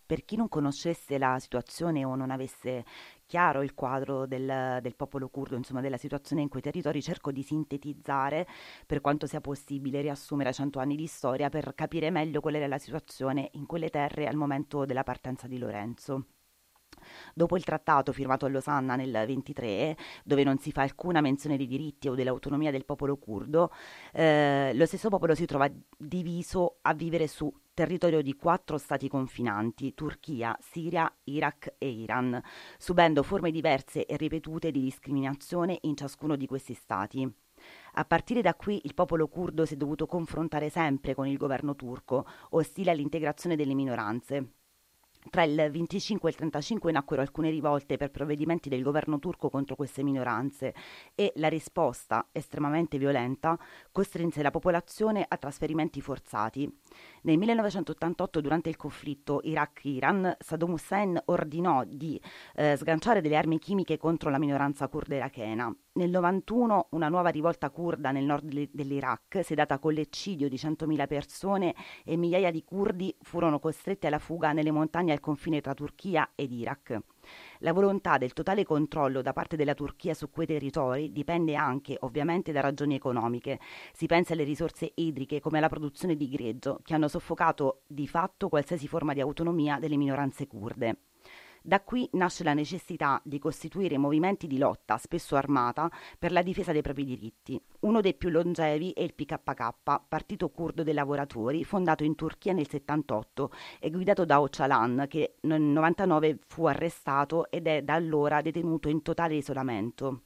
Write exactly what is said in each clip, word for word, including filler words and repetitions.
Per chi non conoscesse la situazione o non avesse chiaro il quadro del, del popolo curdo, insomma della situazione in quei territori, cerco di sintetizzare per quanto sia possibile, riassumere a cento anni di storia per capire meglio qual era la situazione in quelle terre al momento della partenza di Lorenzo. Dopo il trattato firmato a Losanna nel ventitré, dove non si fa alcuna menzione dei diritti o dell'autonomia del popolo curdo, eh, lo stesso popolo si trova diviso a vivere su territorio di quattro stati confinanti, Turchia, Siria, Iraq e Iran, subendo forme diverse e ripetute di discriminazione in ciascuno di questi stati. A partire da qui il popolo curdo si è dovuto confrontare sempre con il governo turco, ostile all'integrazione delle minoranze. Tra il venticinque e il trentacinque nacquero alcune rivolte per provvedimenti del governo turco contro queste minoranze e la risposta, estremamente violenta, costrinse la popolazione a trasferimenti forzati. Nel millenovecentottantotto, durante il conflitto Iraq-Iran, Saddam Hussein ordinò di eh, sganciare delle armi chimiche contro la minoranza curda irachena. Nel novantuno una nuova rivolta curda nel nord dell'Iraq, sedata con l'eccidio di centomila persone e migliaia di curdi furono costretti alla fuga nelle montagne al confine tra Turchia ed Iraq. La volontà del totale controllo da parte della Turchia su quei territori dipende anche, ovviamente, da ragioni economiche. Si pensa alle risorse idriche come alla produzione di greggio, che hanno soffocato di fatto qualsiasi forma di autonomia delle minoranze curde. Da qui nasce la necessità di costituire movimenti di lotta, spesso armata, per la difesa dei propri diritti. Uno dei più longevi è il P K K, Partito Curdo dei Lavoratori, fondato in Turchia nel settantotto e guidato da Öcalan, che nel novantanove fu arrestato ed è da allora detenuto in totale isolamento.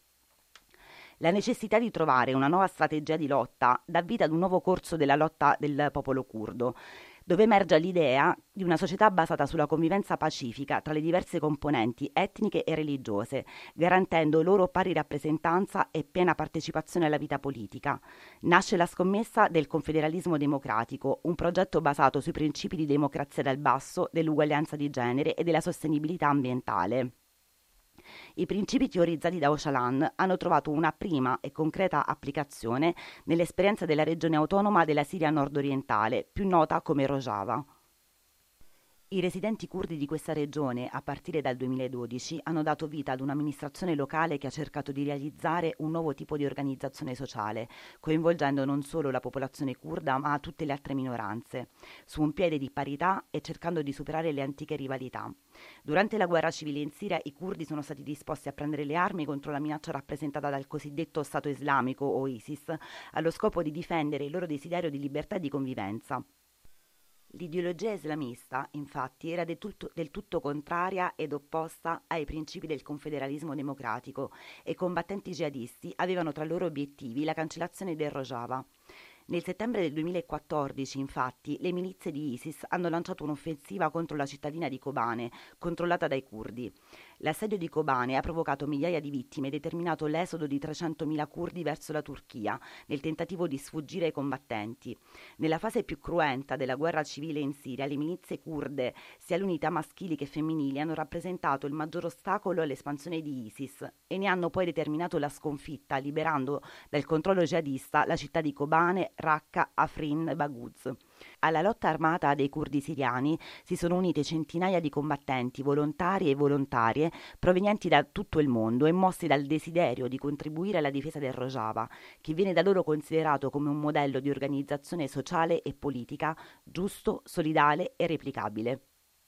La necessità di trovare una nuova strategia di lotta dà vita ad un nuovo corso della lotta del popolo curdo, dove emerge l'idea di una società basata sulla convivenza pacifica tra le diverse componenti etniche e religiose, garantendo loro pari rappresentanza e piena partecipazione alla vita politica. Nasce la scommessa del confederalismo democratico, un progetto basato sui principi di democrazia dal basso, dell'uguaglianza di genere e della sostenibilità ambientale. I principi teorizzati da Öcalan hanno trovato una prima e concreta applicazione nell'esperienza della regione autonoma della Siria nord-orientale, più nota come Rojava. I residenti curdi di questa regione, a partire dal duemiladodici, hanno dato vita ad un'amministrazione locale che ha cercato di realizzare un nuovo tipo di organizzazione sociale, coinvolgendo non solo la popolazione curda, ma tutte le altre minoranze, su un piede di parità e cercando di superare le antiche rivalità. Durante la guerra civile in Siria, i curdi sono stati disposti a prendere le armi contro la minaccia rappresentata dal cosiddetto Stato islamico o ISIS, allo scopo di difendere il loro desiderio di libertà e di convivenza. L'ideologia islamista, infatti, era del tutto, del tutto contraria ed opposta ai principi del confederalismo democratico e i combattenti jihadisti avevano tra i loro obiettivi la cancellazione del Rojava. Nel settembre del duemilaquattordici, infatti, le milizie di ISIS hanno lanciato un'offensiva contro la cittadina di Kobane, controllata dai curdi. L'assedio di Kobane ha provocato migliaia di vittime e determinato l'esodo di trecentomila curdi verso la Turchia, nel tentativo di sfuggire ai combattenti. Nella fase più cruenta della guerra civile in Siria, le milizie kurde, sia le unità maschili che femminili, hanno rappresentato il maggior ostacolo all'espansione di ISIS e ne hanno poi determinato la sconfitta, liberando dal controllo jihadista la città di Kobane, Raqqa, Afrin e Baguz. Alla lotta armata dei curdi siriani si sono unite centinaia di combattenti volontari e volontarie provenienti da tutto il mondo e mossi dal desiderio di contribuire alla difesa del Rojava, che viene da loro considerato come un modello di organizzazione sociale e politica giusto, solidale e replicabile.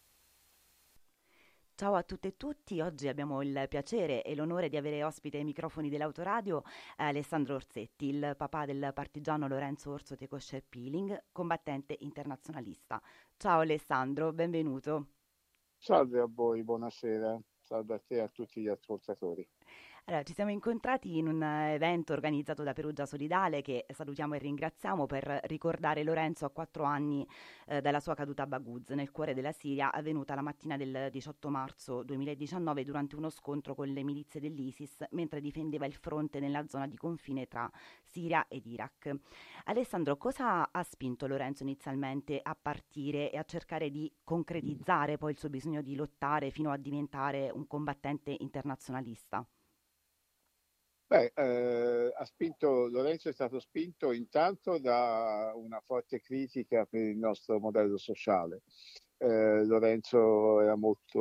Ciao a tutte e tutti, oggi abbiamo il piacere e l'onore di avere ospite ai microfoni dell'Autoradio eh, Alessandro Orsetti, il papà del partigiano Lorenzo Orso Tecoscer Peeling, combattente internazionalista. Ciao Alessandro, benvenuto. Salve a voi, buonasera. Salve a te e a tutti gli ascoltatori. Allora, ci siamo incontrati in un eh, evento organizzato da Perugia Solidale che salutiamo e ringraziamo per ricordare Lorenzo a quattro anni eh, dalla sua caduta a Baguz, nel cuore della Siria, avvenuta la mattina del diciotto marzo duemiladiciannove durante uno scontro con le milizie dell'ISIS mentre difendeva il fronte nella zona di confine tra Siria ed Iraq. Alessandro, cosa ha spinto Lorenzo inizialmente a partire e a cercare di concretizzare poi il suo bisogno di lottare fino a diventare un combattente internazionalista? Beh, eh, ha spinto, Lorenzo è stato spinto intanto da una forte critica per il nostro modello sociale. eh, Lorenzo era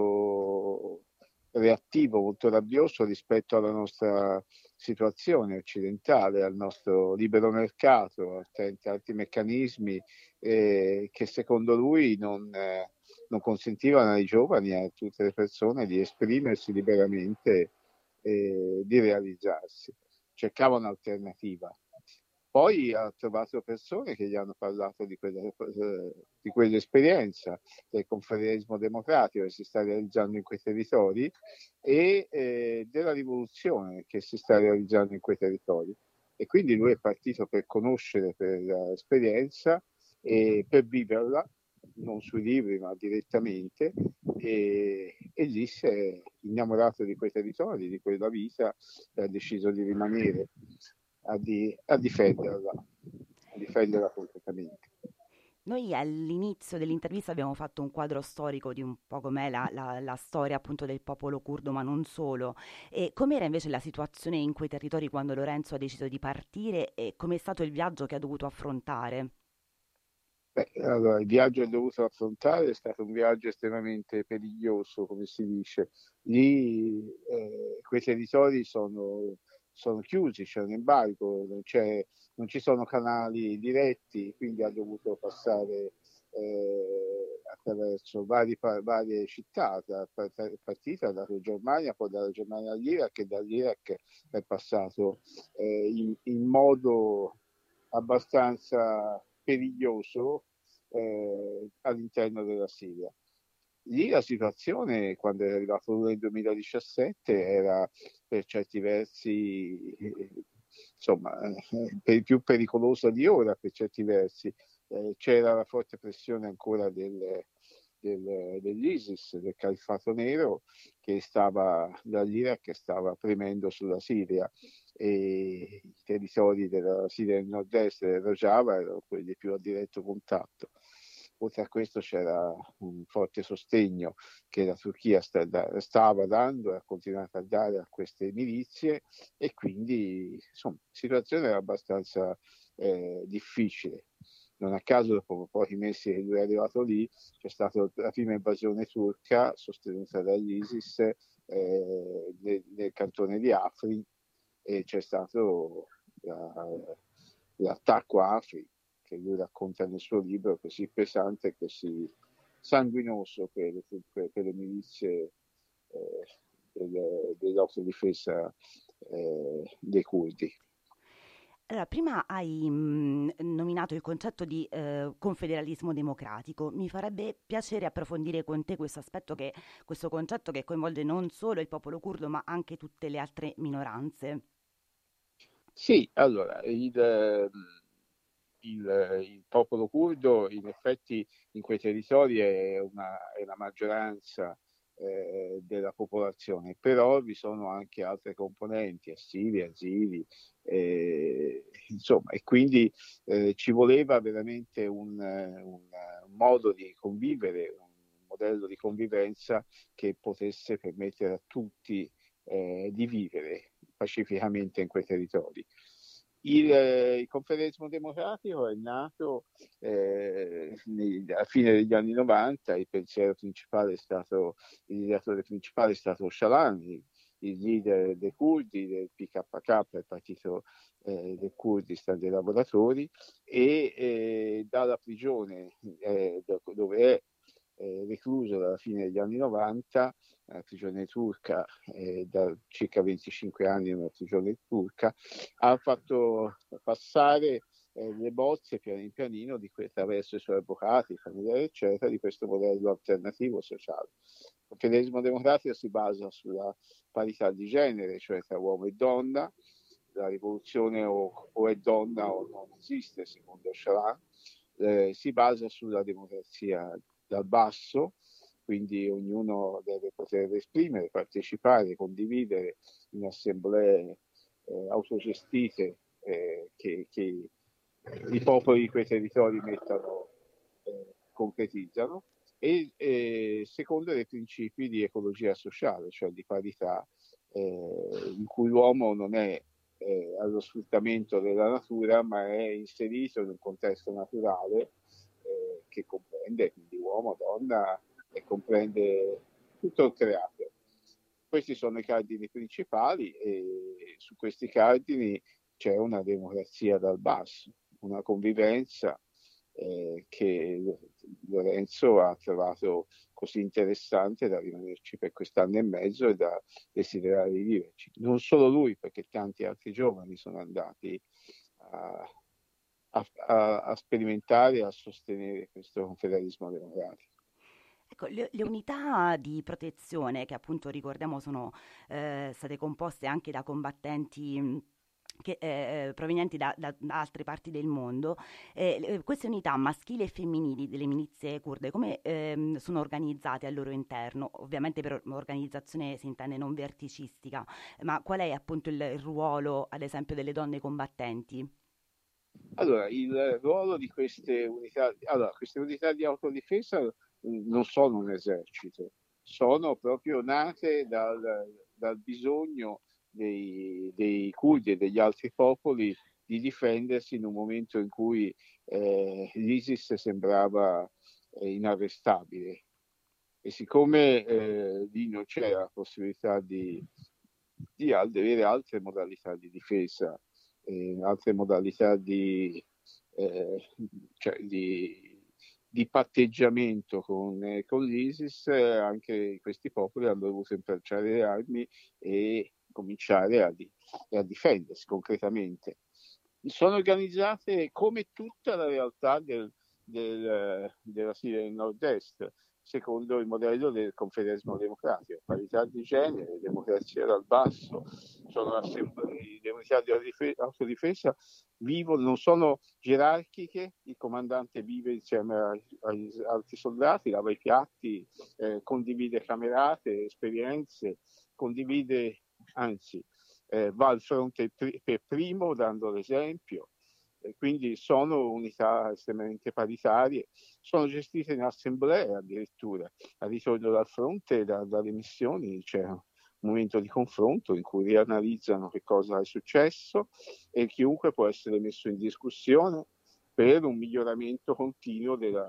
molto reattivo, molto rabbioso rispetto alla nostra situazione occidentale, al nostro libero mercato, a tanti altri meccanismi eh, che secondo lui non, eh, non consentivano ai giovani e a tutte le persone di esprimersi liberamente e di realizzarsi. Cercava un'alternativa. Poi ha trovato persone che gli hanno parlato di, quella, eh, di quell'esperienza del confederalismo democratico che si sta realizzando in quei territori e eh, della rivoluzione che si sta realizzando in quei territori. E quindi lui è partito per conoscere, per l'esperienza e per viverla, non sui libri ma direttamente, e, e lì si è innamorato di quei territori, di quella vita e ha deciso di rimanere a, di, a difenderla, a difenderla completamente. Noi all'inizio dell'intervista abbiamo fatto un quadro storico di un po' com'è la, la- la storia appunto del popolo curdo, ma non solo. E com'era invece la situazione in quei territori quando Lorenzo ha deciso di partire e com'è stato il viaggio che ha dovuto affrontare? Beh, allora, il viaggio che ho dovuto affrontare è stato un viaggio estremamente periglioso, come si dice. Lì eh, quei territori sono, sono chiusi, c'è un embargo, non, c'è, non ci sono canali diretti, quindi ha dovuto passare eh, attraverso vari, varie città, è partita dalla Germania, poi dalla Germania all'Iraq e dall'Iraq è passato eh, in, in modo abbastanza periglioso eh, all'interno della Siria. Lì la situazione, quando è arrivato lui nel duemiladiciassette, era per certi versi, eh, insomma, eh, più pericolosa di ora per certi versi. Eh, c'era la forte pressione ancora del, del, dell'ISIS, del Califfato Nero, che stava dall'Iraq, che stava premendo sulla Siria, e i territori della Siria del nord-est del Rojava erano quelli più a diretto contatto. Oltre a questo c'era un forte sostegno che la Turchia sta, da, stava dando e ha continuato a dare a queste milizie, e quindi insomma la situazione era abbastanza eh, difficile. Non a caso, dopo pochi mesi che lui è arrivato lì, c'è stata la prima invasione turca sostenuta dall'ISIS eh, nel, nel cantone di Afrin, e c'è stato la, l'attacco a Afrin, che lui racconta nel suo libro, così pesante e così sanguinoso per, per, per le milizie eh, del, dell'autodifesa eh, dei curdi. Allora, prima hai mh, nominato il concetto di eh, confederalismo democratico. Mi farebbe piacere approfondire con te questo aspetto che, questo concetto che coinvolge non solo il popolo curdo, ma anche tutte le altre minoranze. Sì, allora, il, ehm, il, il popolo curdo in effetti in quei territori è una, è la maggioranza eh, della popolazione, però vi sono anche altre componenti, assiri, azeri, eh, insomma, e quindi eh, ci voleva veramente un, un modo di convivere, un modello di convivenza che potesse permettere a tutti eh, di vivere pacificamente in quei territori. Il, eh, il confederalismo democratico è nato eh, nei, alla fine degli anni novanta. Il pensiero principale è stato, il direttore principale è stato Öcalan, il, il leader dei curdi, del P K K, il partito eh, del Kurdistan dei lavoratori, e eh, dalla prigione eh, dove è eh, recluso dalla fine degli anni novanta, la prigione turca, eh, da circa venticinque anni in una prigione turca, ha fatto passare eh, le bozze piano pianino di que- attraverso i suoi avvocati, familiari, eccetera, di questo modello alternativo sociale. Il federalismo democratico si basa sulla parità di genere, cioè tra uomo e donna. La rivoluzione o, o è donna o non esiste, secondo Öcalan. Eh, si basa sulla democrazia dal basso, quindi ognuno deve poter esprimere, partecipare, condividere in assemblee eh, autogestite eh, che, che i popoli di quei territori mettano, eh, concretizzano, e eh, secondo dei principi di ecologia sociale, cioè di parità, eh, in cui l'uomo non è eh, allo sfruttamento della natura, ma è inserito in un contesto naturale eh, che comprende comprende, quindi uomo, donna, e comprende tutto il creato. Questi sono i cardini principali e su questi cardini c'è una democrazia dal basso, una convivenza eh, che Lorenzo ha trovato così interessante da rimanerci per quest'anno e mezzo e da desiderare di viverci. Non solo lui, perché tanti altri giovani sono andati a, a, a sperimentare e a sostenere questo confederalismo democratico. Ecco, le, le unità di protezione che appunto ricordiamo sono eh, state composte anche da combattenti mh, che, eh, eh, provenienti da, da- da altre parti del mondo, eh, le- queste unità maschili e femminili delle milizie kurde, come ehm, sono organizzate al loro interno? Ovviamente per organizzazione si intende non verticistica, ma qual è appunto il, il ruolo, ad esempio, delle donne combattenti? Allora, il ruolo di queste unità, allora, queste unità di autodifesa mh, non sono un esercito, sono proprio nate dal, dal bisogno dei, dei curdi e degli altri popoli di difendersi in un momento in cui eh, l'ISIS sembrava eh, inarrestabile. E siccome eh, lì non c'era la possibilità di, di avere altre modalità di difesa, eh, altre modalità di, eh, cioè di, di patteggiamento con, eh, con l'ISIS, eh, anche questi popoli hanno dovuto imbracciare le armi e cominciare a, di, a difendersi concretamente. Sono organizzate come tutta la realtà del, del, della Siria del Nord-Est, secondo il modello del confederalismo democratico, parità di genere, democrazia dal basso, sono assemblee, le unità di autodifesa vivono, non sono gerarchiche, il comandante vive insieme ai, agli altri soldati, lava i piatti, eh, condivide camerate, esperienze, condivide, anzi, eh, va al fronte per primo dando l'esempio. E quindi sono unità estremamente paritarie, sono gestite in assemblea addirittura. Al ritorno dal fronte, da, dalle missioni, c'è un momento di confronto in cui rianalizzano che cosa è successo e chiunque può essere messo in discussione per un miglioramento continuo della,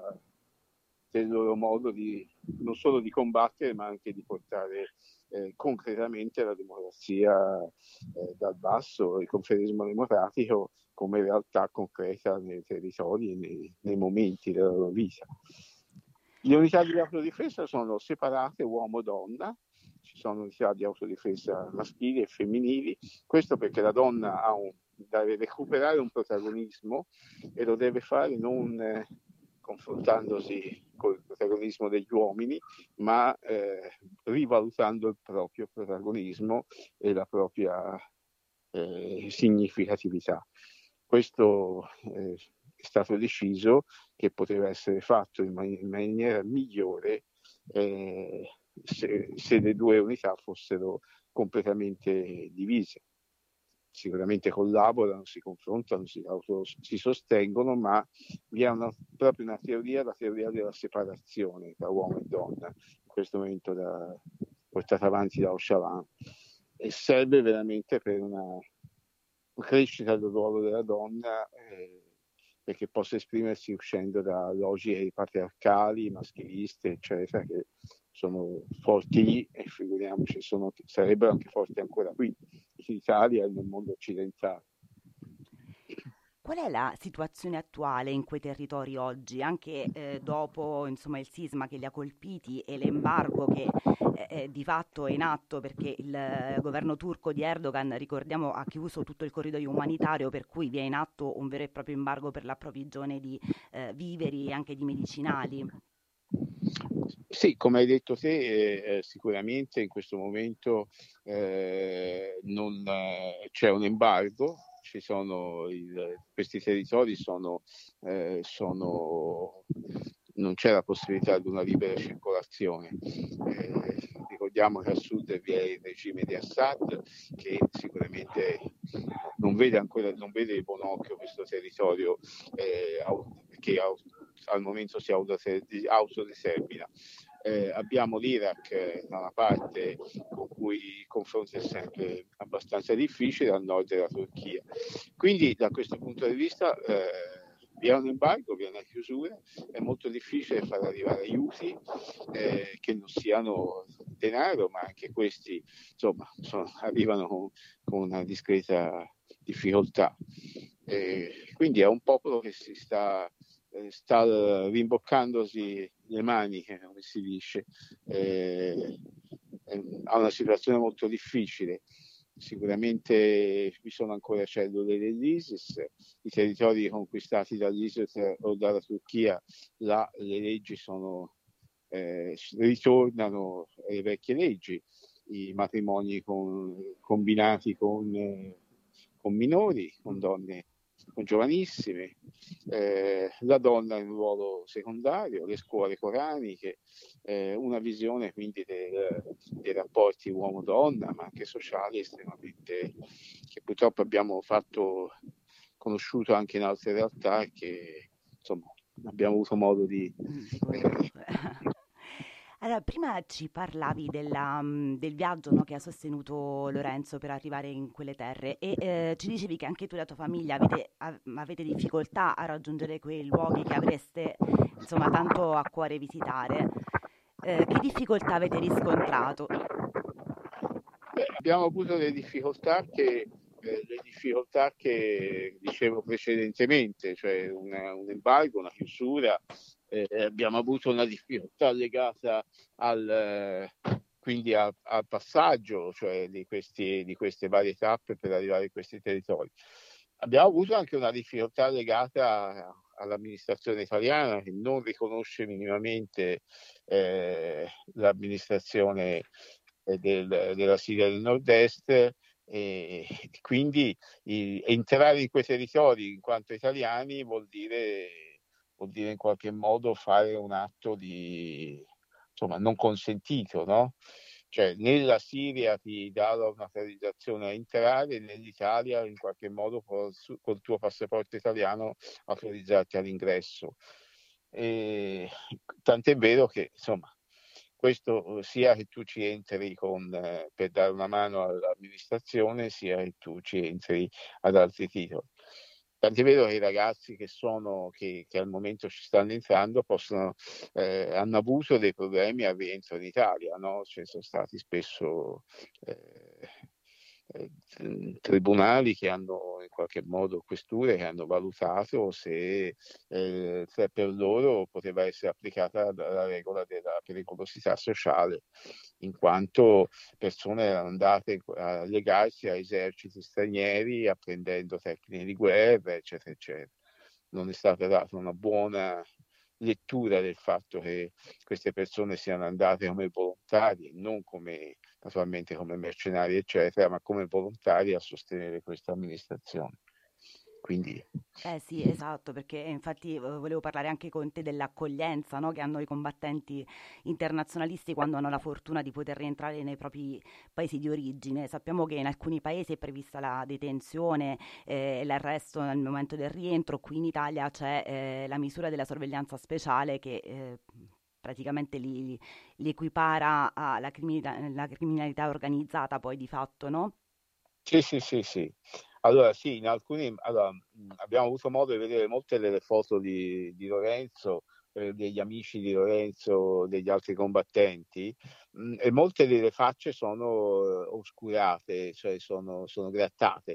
del loro modo di, non solo di combattere, ma anche di portare eh, concretamente la democrazia eh, dal basso, il confederalismo democratico come realtà concreta nei territori e nei, nei momenti della loro vita. Le unità di autodifesa sono separate uomo-donna, ci sono unità di autodifesa maschili e femminili, questo perché la donna ha un, deve recuperare un protagonismo e lo deve fare non eh, confrontandosi con il protagonismo degli uomini, ma eh, rivalutando il proprio protagonismo e la propria eh, significatività. Questo eh, è stato deciso che poteva essere fatto in, man- in maniera migliore eh, se, se le due unità fossero completamente divise. Sicuramente collaborano, si confrontano, si, auto, si sostengono, ma vi è una, proprio una teoria, la teoria della separazione tra uomo e donna, in questo momento da, portata avanti da Ocalan, e serve veramente per una crescita del ruolo della donna eh, perché possa esprimersi uscendo da logiche patriarcali, maschiliste, eccetera, che sono forti lì e figuriamoci, sono, sarebbero anche forti ancora qui, in Italia e nel mondo occidentale. Qual è la situazione attuale in quei territori oggi, anche eh, dopo insomma, il sisma che li ha colpiti e l'embargo che eh, è di fatto è in atto perché il eh, governo turco di Erdogan, ricordiamo, ha chiuso tutto il corridoio umanitario per cui vi è in atto un vero e proprio embargo per la provvigione di eh, viveri e anche di medicinali? Sì, come hai detto te, eh, sicuramente in questo momento eh, non, eh, c'è un embargo, ci sono il, questi territori sono, eh, sono, non c'è la possibilità di una libera circolazione. Eh, ricordiamo che a sud vi è il regime di Assad che sicuramente non vede ancora, non vede di buon occhio questo territorio eh, che al momento si autodetermina. Eh, abbiamo l'Iraq eh, da una parte con cui il confronto è sempre abbastanza difficile, al nord della Turchia. Quindi da questo punto di vista eh, vi è un embargo, vi è una chiusura, è molto difficile far arrivare aiuti eh, che non siano denaro, ma anche questi insomma sono, arrivano con, con una discreta difficoltà. Eh, quindi è un popolo che si sta, eh, sta rimboccandosi le maniche, come si dice, eh, ha una situazione molto difficile. Sicuramente vi sono ancora cellule dell'ISIS, i territori conquistati dall'ISIS o dalla Turchia, là le leggi sono, eh, ritornano alle vecchie leggi, i matrimoni con, combinati con, eh, con minori, con donne con giovanissime, eh, la donna in ruolo secondario, le scuole coraniche, eh, una visione quindi del, dei rapporti uomo-donna, ma anche sociali estremamente, che purtroppo abbiamo fatto conosciuto anche in altre realtà e che insomma abbiamo avuto modo di... Mm, di Eh, conoscere. Allora, prima ci parlavi della, mm, del viaggio, no, che ha sostenuto Lorenzo per arrivare in quelle terre e eh, ci dicevi che anche tu e la tua famiglia avete, av- avete difficoltà a raggiungere quei luoghi che avreste, insomma, tanto a cuore visitare. Eh, che difficoltà avete riscontrato? Beh, abbiamo avuto le difficoltà che, eh, le difficoltà che dicevo precedentemente, cioè una, un embargo, una chiusura, eh, abbiamo avuto una difficoltà legata al, eh, quindi a- al passaggio, cioè di, questi, di queste varie tappe per arrivare in questi territori. Abbiamo avuto anche una difficoltà legata all'amministrazione italiana che non riconosce minimamente eh, l'amministrazione eh, del, della Siria del Nord-Est e quindi i, entrare in quei territori in quanto italiani vuol dire, vuol dire in qualche modo fare un atto di, insomma, non consentito, no? Cioè, nella Siria ti dà un'autorizzazione a entrare, nell'Italia in qualche modo può, col tuo passaporto italiano autorizzarti all'ingresso. E, tant'è vero che, insomma, questo sia che tu ci entri con, eh, per dare una mano all'amministrazione, sia che tu ci entri ad altri titoli. Tant'è vero che i ragazzi che, sono, che, che al momento ci stanno entrando possono, eh, hanno avuto dei problemi al rientro in Italia, no? Ci sono stati spesso eh, eh, tribunali che hanno in qualche modo, questure che hanno valutato se, eh, se per loro poteva essere applicata la regola della pericolosità sociale, in quanto persone erano andate a legarsi a eserciti stranieri apprendendo tecniche di guerra, eccetera, eccetera. Non è stata data una buona lettura del fatto che queste persone siano andate come volontari, non come naturalmente come mercenari, eccetera, ma come volontari a sostenere questa amministrazione. Quindi Eh sì, esatto, perché infatti eh, volevo parlare anche con te dell'accoglienza, no, che hanno i combattenti internazionalisti quando hanno la fortuna di poter rientrare nei propri paesi di origine. Sappiamo che in alcuni paesi è prevista la detenzione eh, e l'arresto nel momento del rientro. Qui in Italia c'è eh, la misura della sorveglianza speciale che eh, praticamente li, li- li equipara alla criminalità, alla criminalità organizzata, poi di fatto, no? sì, sì, sì, sì. Allora, sì, in alcuni, allora, mh, abbiamo avuto modo di vedere molte delle foto di, di Lorenzo, eh, degli amici di Lorenzo, degli altri combattenti, mh, e molte delle facce sono eh, oscurate, cioè sono, sono grattate.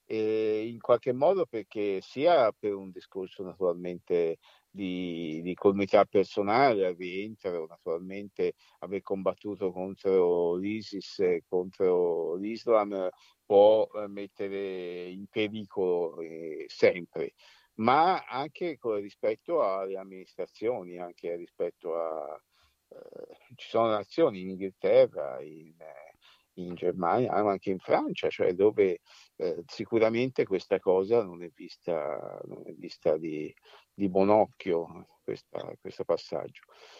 E in qualche modo perché sia per un discorso naturalmente di, di colmità personale al rientro, naturalmente aver combattuto contro l'ISIS, e contro l'Islam, può eh, mettere in pericolo eh, sempre, ma anche con rispetto alle amministrazioni, anche rispetto a... Eh, ci sono nazioni in Inghilterra, in, eh, in Germania, ma anche in Francia, cioè dove eh, sicuramente questa cosa non è vista, non è vista di, di buon occhio, questa, questo passaggio.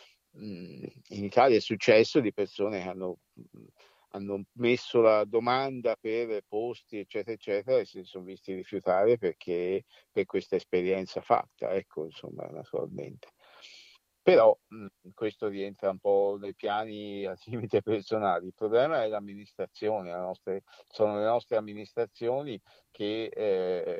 Mm, in Italia è successo di persone che hanno hanno messo la domanda per posti, eccetera, eccetera, e si sono visti rifiutare perché per questa esperienza fatta, ecco, insomma, naturalmente. Però mh, questo rientra un po' nei piani al limite personali. Il problema è l'amministrazione, la nostre, sono le nostre amministrazioni che eh,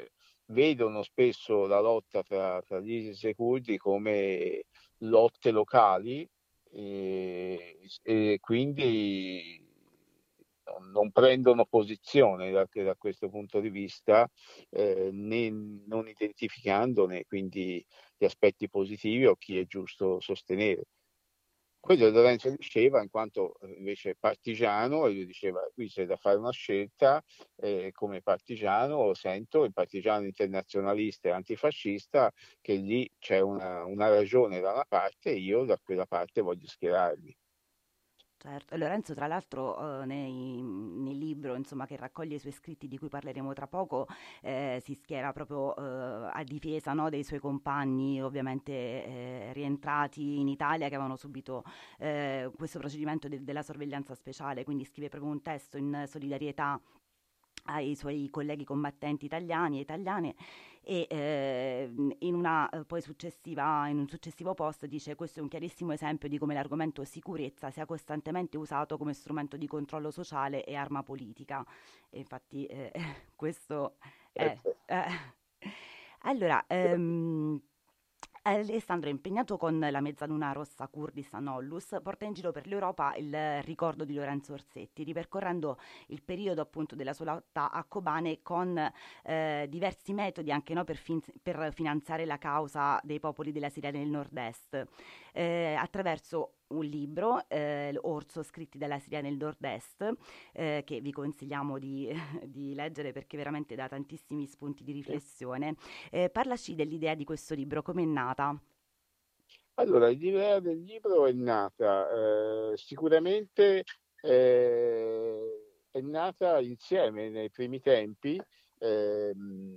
vedono spesso la lotta tra, tra gli ISIS e i curdi come lotte locali e, e quindi non, non prendono posizione da, da questo punto di vista, eh, né, non identificandone quindi gli aspetti positivi o chi è giusto sostenere. Quello Esatto. Lorenzo diceva, in quanto eh, invece partigiano, e lui diceva qui c'è da fare una scelta, eh, come partigiano sento il partigiano internazionalista e antifascista, che lì c'è una, una ragione da una parte e io da quella parte voglio schierarmi. Certo, e Lorenzo tra l'altro eh, nei- nel libro insomma, che raccoglie i suoi scritti di cui parleremo tra poco eh, si schiera proprio eh, a difesa, no, dei suoi compagni ovviamente eh, rientrati in Italia che avevano subito eh, questo procedimento de- della sorveglianza speciale, quindi scrive proprio un testo in solidarietà ai suoi colleghi combattenti italiani e italiane e eh, in una eh, poi successiva in un successivo post dice questo è un chiarissimo esempio di come l'argomento sicurezza sia costantemente usato come strumento di controllo sociale e arma politica e infatti eh, questo è Ecco. eh. Allora ehm, Alessandro è impegnato con la Mezzaluna Rossa Kurdistan Ollus, porta in giro per l'Europa il ricordo di Lorenzo Orsetti, ripercorrendo il periodo appunto della sua lotta a Kobane con eh, diversi metodi anche no, per, fin- per finanziare la causa dei popoli della Siria del nord-est, eh, attraverso un libro, eh, Orso, scritti dalla Siria nel nord-est, eh, che vi consigliamo di, di leggere perché veramente dà tantissimi spunti di riflessione. Eh, parlaci dell'idea di questo libro, come è nata? Allora, l'idea del libro è nata eh, sicuramente eh, è nata insieme nei primi tempi, ehm,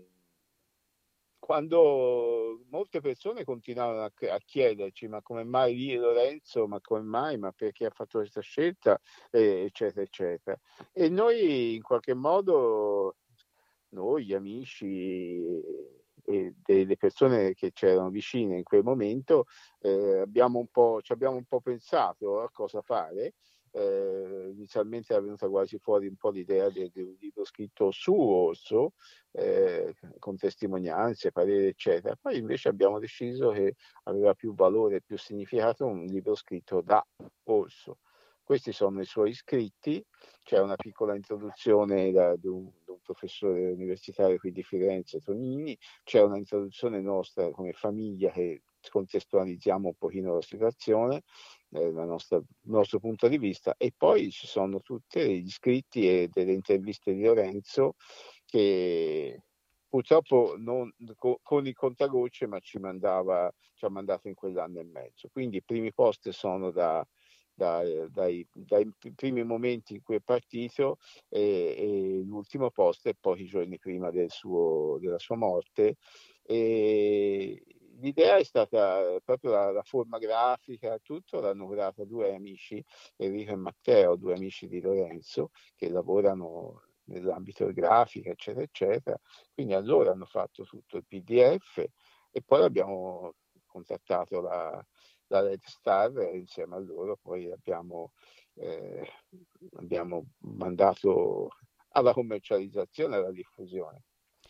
quando molte persone continuavano a, a chiederci ma come mai lì Lorenzo, ma come mai, ma perché ha fatto questa scelta, eh, eccetera, eccetera. E noi in qualche modo, noi gli amici e delle persone che c'erano vicine in quel momento, eh, abbiamo un po', ci abbiamo un po' pensato a cosa fare. Eh, inizialmente era venuta quasi fuori un po' l'idea di, di un libro scritto su Orso, eh, con testimonianze, pareri, eccetera. Poi invece abbiamo deciso che aveva più valore e più significato un libro scritto da Orso. Questi sono i suoi scritti, c'è una piccola introduzione da, di, un, di un professore universitario qui di Firenze, Tonini, c'è una introduzione nostra come famiglia che contestualizziamo un pochino la situazione, eh, la nostra, il nostro punto di vista, e poi ci sono tutti gli scritti e delle interviste di Lorenzo che purtroppo non, co, con il contagocce, ma ci, mandava, ci ha mandato in quell'anno e mezzo. Quindi i primi post sono da, da, dai, dai, primi momenti in cui è partito e, e l'ultimo post è pochi giorni prima del suo, della sua morte. E l'idea è stata proprio la, la forma grafica, tutto l'hanno curata due amici, Enrico e Matteo, due amici di Lorenzo, che lavorano nell'ambito grafica, eccetera, eccetera. Quindi allora hanno fatto tutto il P D F e poi abbiamo contattato la, la Red Star e insieme a loro poi abbiamo, eh, abbiamo mandato alla commercializzazione e alla diffusione.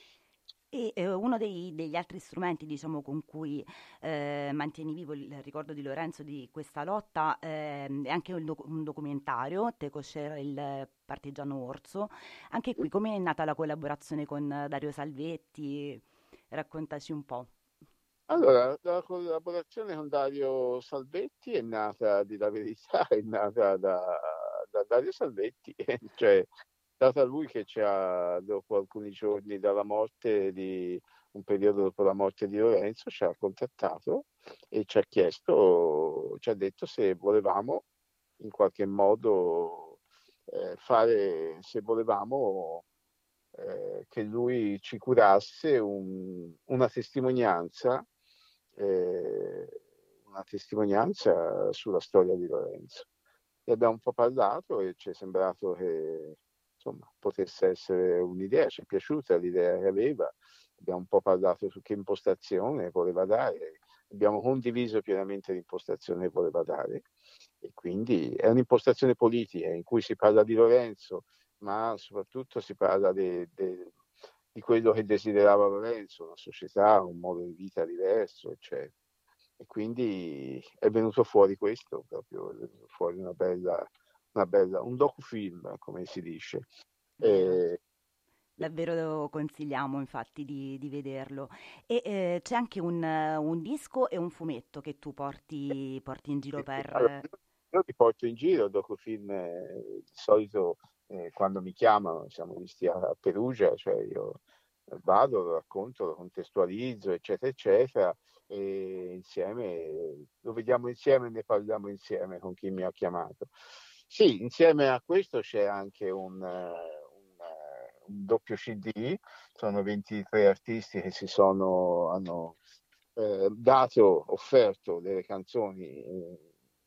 E eh, uno dei- degli altri strumenti, diciamo, con cui eh, mantieni vivo il ricordo di Lorenzo di questa lotta ehm, è anche un, doc- un documentario, Te cos'era il partigiano Orso. Anche qui, come è nata la collaborazione con eh, Dario Salvetti? Raccontaci un po'. Allora, la collaborazione con Dario Salvetti è nata, di la verità, è nata da, da Dario Salvetti, cioè data lui che ci ha, dopo alcuni giorni dalla morte di, un periodo dopo la morte di Lorenzo, ci ha contattato e ci ha chiesto, ci ha detto se volevamo in qualche modo eh, fare, se volevamo eh, che lui ci curasse un- una testimonianza, eh, una testimonianza sulla storia di Lorenzo. E abbiamo un po' parlato e ci è sembrato che insomma, potesse essere un'idea, ci è piaciuta l'idea che aveva, abbiamo un po' parlato su che impostazione voleva dare, abbiamo condiviso pienamente l'impostazione che voleva dare e quindi è un'impostazione politica in cui si parla di Lorenzo, ma soprattutto si parla de, de, di quello che desiderava Lorenzo, una società, un modo di vita diverso, eccetera. E quindi è venuto fuori questo, proprio è venuto fuori una bella, una bella, un docufilm, come si dice. Vero. Eh, Davvero lo consigliamo infatti di, di vederlo. E eh, c'è anche un, eh, un disco e un fumetto che tu porti, porti in giro allora, per... io ti porto in giro, docufilm, eh, di solito eh, quando mi chiamano, siamo visti a, a Perugia, cioè io vado, lo racconto, lo contestualizzo, eccetera, eccetera, e insieme lo vediamo insieme e ne parliamo insieme con chi mi ha chiamato. Sì, insieme a questo c'è anche un, eh, un, eh, un doppio C D, sono ventitré artisti che si sono, hanno eh, dato, offerto delle canzoni eh,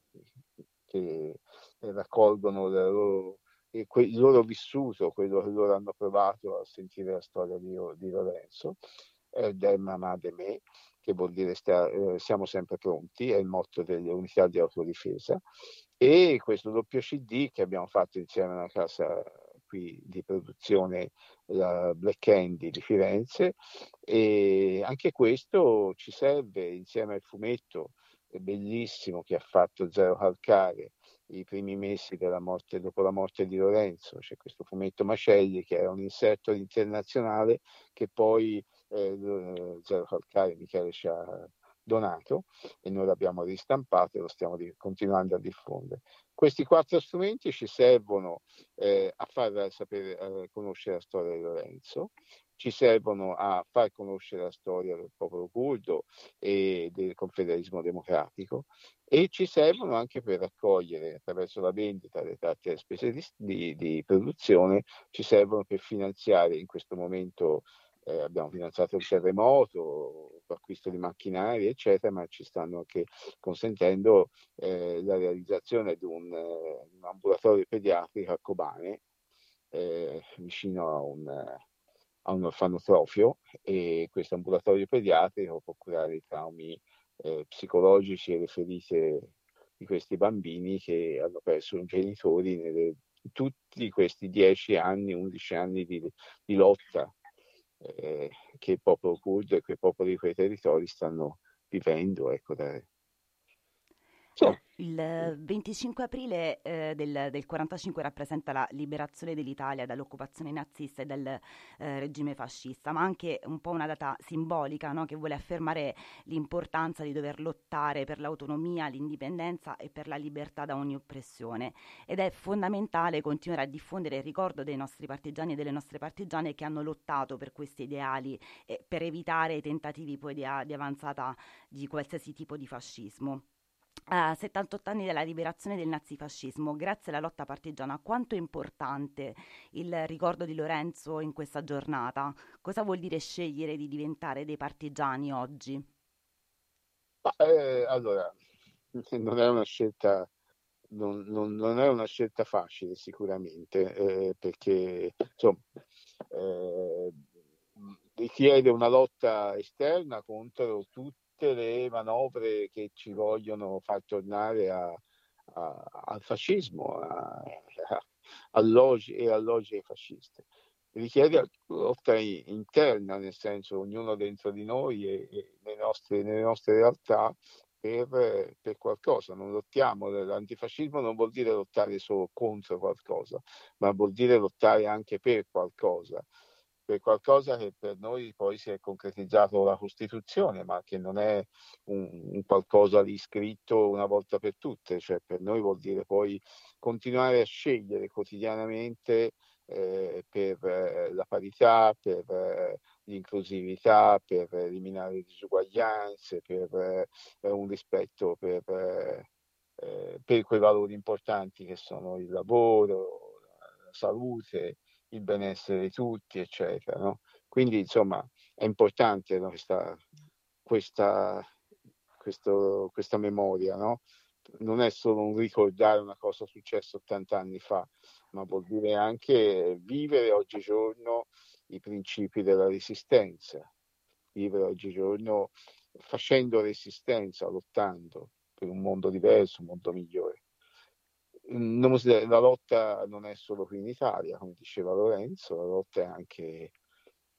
che raccolgono la loro, e que- il loro vissuto, quello che loro hanno provato a sentire la storia di, di Lorenzo, eh, del Mamà de Me, che vuol dire sta- eh, siamo sempre pronti, è il motto delle unità di autodifesa, e questo doppio C D che abbiamo fatto insieme a una casa qui di produzione, la Black Candy di Firenze, e anche questo ci serve insieme al fumetto bellissimo che ha fatto Zero Calcare i primi mesi della morte, dopo la morte di Lorenzo. C'è questo fumetto Macelli che era un inserto internazionale che poi eh, Zero Calcare Michele ci ha donato e noi l'abbiamo ristampato e lo stiamo di- continuando a diffondere. Questi quattro strumenti ci servono eh, a far sapere, a conoscere la storia di Lorenzo, ci servono a far conoscere la storia del popolo curdo e del confederalismo democratico, e ci servono anche per raccogliere attraverso la vendita delle tratte delle spese di, di, di produzione, ci servono per finanziare in questo momento. Eh, abbiamo finanziato il terremoto, l'acquisto di macchinari, eccetera, ma ci stanno anche consentendo eh, la realizzazione di un, eh, un ambulatorio pediatrico a Kobane, eh, vicino a un, a un orfanotrofio, e questo ambulatorio pediatrico può curare i traumi eh, psicologici e le ferite di questi bambini che hanno perso i genitori nelle, tutti questi dieci anni, undici anni di, di lotta eh, che il popolo curdo e quei popoli di quei territori stanno vivendo. Ecco, da, Eh, insomma, il venticinque aprile eh, del, del quarantacinque rappresenta la liberazione dell'Italia dall'occupazione nazista e dal eh, regime fascista, ma anche un po' una data simbolica, no? Che vuole affermare l'importanza di dover lottare per l'autonomia, l'indipendenza e per la libertà da ogni oppressione. Ed è fondamentale continuare a diffondere il ricordo dei nostri partigiani e delle nostre partigiane che hanno lottato per questi ideali e per evitare i tentativi poi di, a- di avanzata di qualsiasi tipo di fascismo. A settantotto anni dalla liberazione del nazifascismo, grazie alla lotta partigiana, quanto è importante il ricordo di Lorenzo in questa giornata? Cosa vuol dire scegliere di diventare dei partigiani oggi? ma, eh, allora, non è una scelta, non, non- non è una scelta facile sicuramente, eh, perché insomma, eh, richiede una lotta esterna contro tutte le manovre che ci vogliono far tornare a- a- al fascismo, a, a, all'ogi- e all'ogie fasciste. Richiede una lotta i- interna, nel senso ognuno dentro di noi e, e nei nostri- nelle nostre realtà per, per qualcosa. Non lottiamo, l'antifascismo non vuol dire lottare solo contro qualcosa, ma vuol dire lottare anche per qualcosa, per qualcosa che per noi poi si è concretizzato con la Costituzione, ma che non è un, un qualcosa di scritto una volta per tutte, cioè per noi vuol dire poi continuare a scegliere quotidianamente eh, per eh, la parità, per eh, l'inclusività, per eliminare le disuguaglianze, per eh, un rispetto per, eh, eh, per quei valori importanti che sono il lavoro, la salute, il benessere di tutti, eccetera. No? Quindi, insomma, è importante, no, questa, questa, questo, questa memoria, no? Non è solo un ricordare una cosa successa ottanta anni fa, ma vuol dire anche vivere oggigiorno i principi della resistenza, vivere oggigiorno facendo resistenza, lottando per un mondo diverso, un mondo migliore. Non si- la lotta non è solo qui in Italia, come diceva Lorenzo, la lotta è anche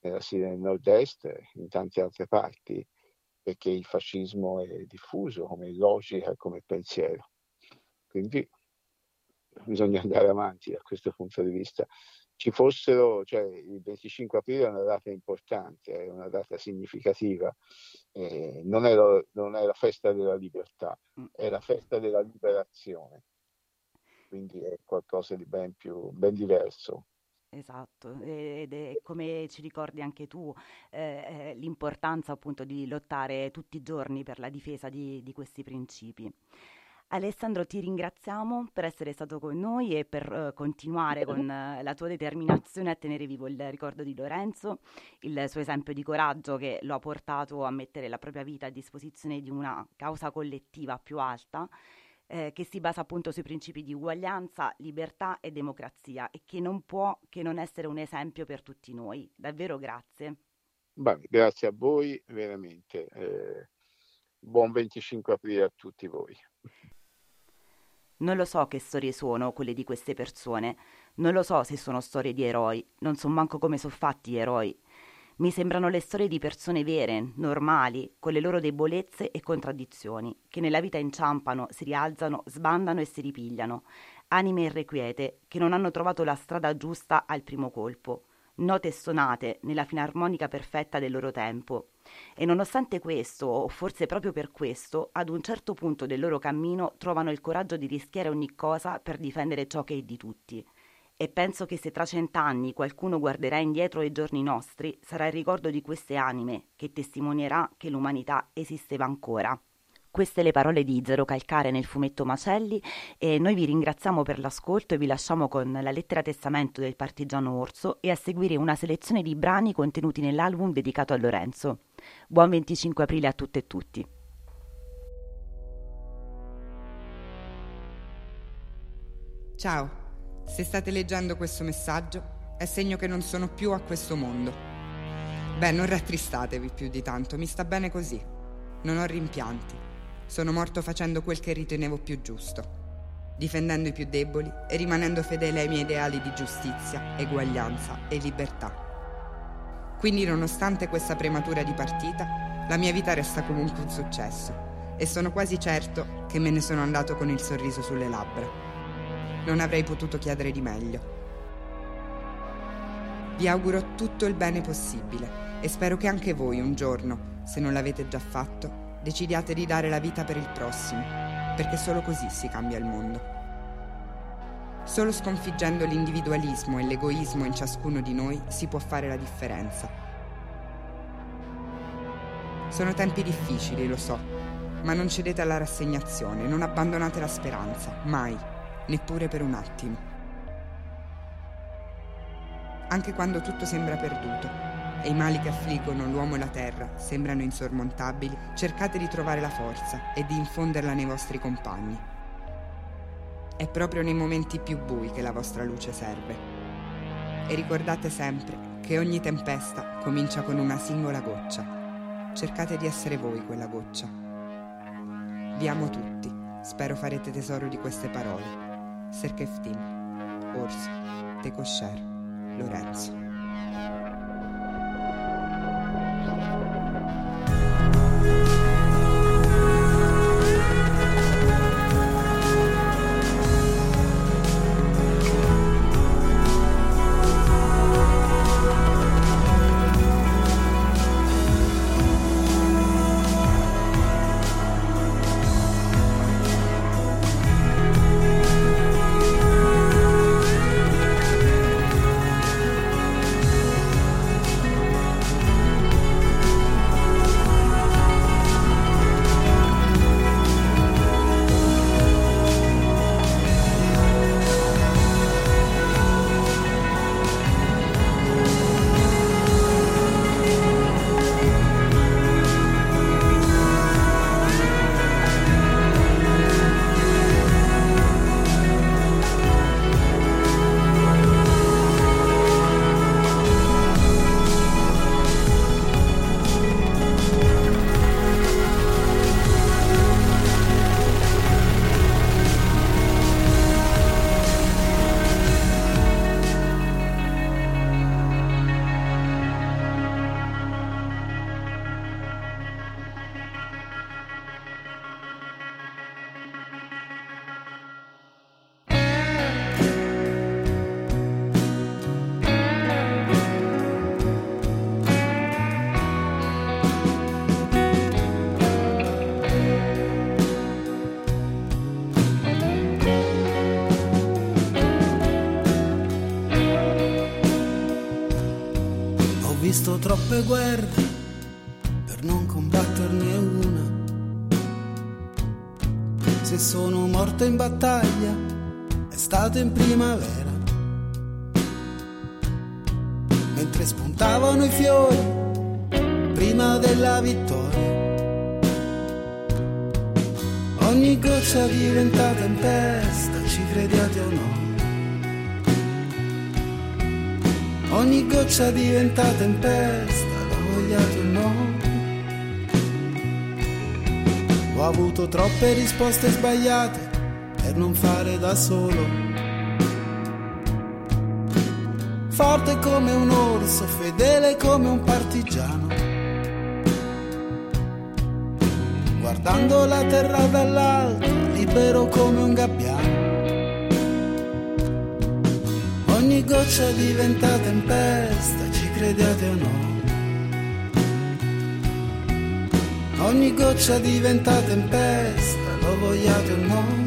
nella Siria del Nord-Est, in tante altre parti, perché il fascismo è diffuso come logica e come pensiero. Quindi bisogna andare avanti da questo punto di vista. Ci fossero, cioè il venticinque aprile è una data importante, è una data significativa, eh, non, è la, non è la festa della libertà, è la festa della liberazione, quindi è qualcosa di ben più, ben diverso. Esatto, ed è come ci ricordi anche tu, eh, l'importanza appunto di lottare tutti i giorni per la difesa di, di questi principi. Alessandro, ti ringraziamo per essere stato con noi e per uh, continuare con uh, la tua determinazione a tenere vivo il ricordo di Lorenzo, il suo esempio di coraggio che lo ha portato a mettere la propria vita a disposizione di una causa collettiva più alta, eh, che si basa appunto sui principi di uguaglianza, libertà e democrazia e che non può che non essere un esempio per tutti noi. Davvero grazie. Beh, grazie a voi, veramente. Eh, buon venticinque aprile a tutti voi. Non lo so che storie sono quelle di queste persone, non lo so se sono storie di eroi, non so manco come sono fatti gli eroi. Mi sembrano le storie di persone vere, normali, con le loro debolezze e contraddizioni, che nella vita inciampano, si rialzano, sbandano e si ripigliano, anime irrequiete, che non hanno trovato la strada giusta al primo colpo, note stonate nella filarmonica perfetta del loro tempo. E nonostante questo, o forse proprio per questo, ad un certo punto del loro cammino trovano il coraggio di rischiare ogni cosa per difendere ciò che è di tutti. E penso che se tra cent'anni qualcuno guarderà indietro ai giorni nostri, sarà il ricordo di queste anime che testimonierà che l'umanità esisteva ancora. Queste le parole di Zero Calcare nel fumetto Macelli e noi vi ringraziamo per l'ascolto e vi lasciamo con la lettera testamento del partigiano Orso e a seguire una selezione di brani contenuti nell'album dedicato a Lorenzo. Buon venticinque aprile a tutte e tutti. Ciao, se state leggendo questo messaggio è segno che non sono più a questo mondo. Beh, non rattristatevi più di tanto, mi sta bene così. Non ho rimpianti. Sono morto facendo quel che ritenevo più giusto, difendendo i più deboli e rimanendo fedele ai miei ideali di giustizia, eguaglianza e libertà. Quindi, nonostante questa prematura di partita, la mia vita resta comunque un successo e sono quasi certo che me ne sono andato con il sorriso sulle labbra. Non avrei potuto chiedere di meglio. Vi auguro tutto il bene possibile e spero che anche voi un giorno, se non l'avete già fatto, decidiate di dare la vita per il prossimo, perché solo così si cambia il mondo. Solo sconfiggendo l'individualismo e l'egoismo in ciascuno di noi si può fare la differenza. Sono tempi difficili, lo so, ma non cedete alla rassegnazione, non abbandonate la speranza, mai, neppure per un attimo. Anche quando tutto sembra perduto e i mali che affliggono l'uomo e la terra sembrano insormontabili, cercate di trovare la forza e di infonderla nei vostri compagni. È proprio nei momenti più bui che la vostra luce serve. E ricordate sempre che ogni tempesta comincia con una singola goccia. Cercate di essere voi quella goccia. Vi amo tutti, spero farete tesoro di queste parole. Serkeftim, Orso, Tekosher, Lorenzo. visto troppe guerre per non combatterne una. Se sono morto in battaglia è stato in primavera, mentre spuntavano i fiori prima della vittoria. Ogni goccia diventa tempesta, ci crediate o no? Ogni goccia diventa tempesta, lo vogliate o no? Ho avuto troppe risposte sbagliate per non fare da solo. Forte come un orso, fedele come un partigiano, guardando la terra dall'alto, libero come un gabbiano. Ogni goccia diventa tempesta, ci crediate o no? Ogni goccia diventa tempesta, lo vogliate o no?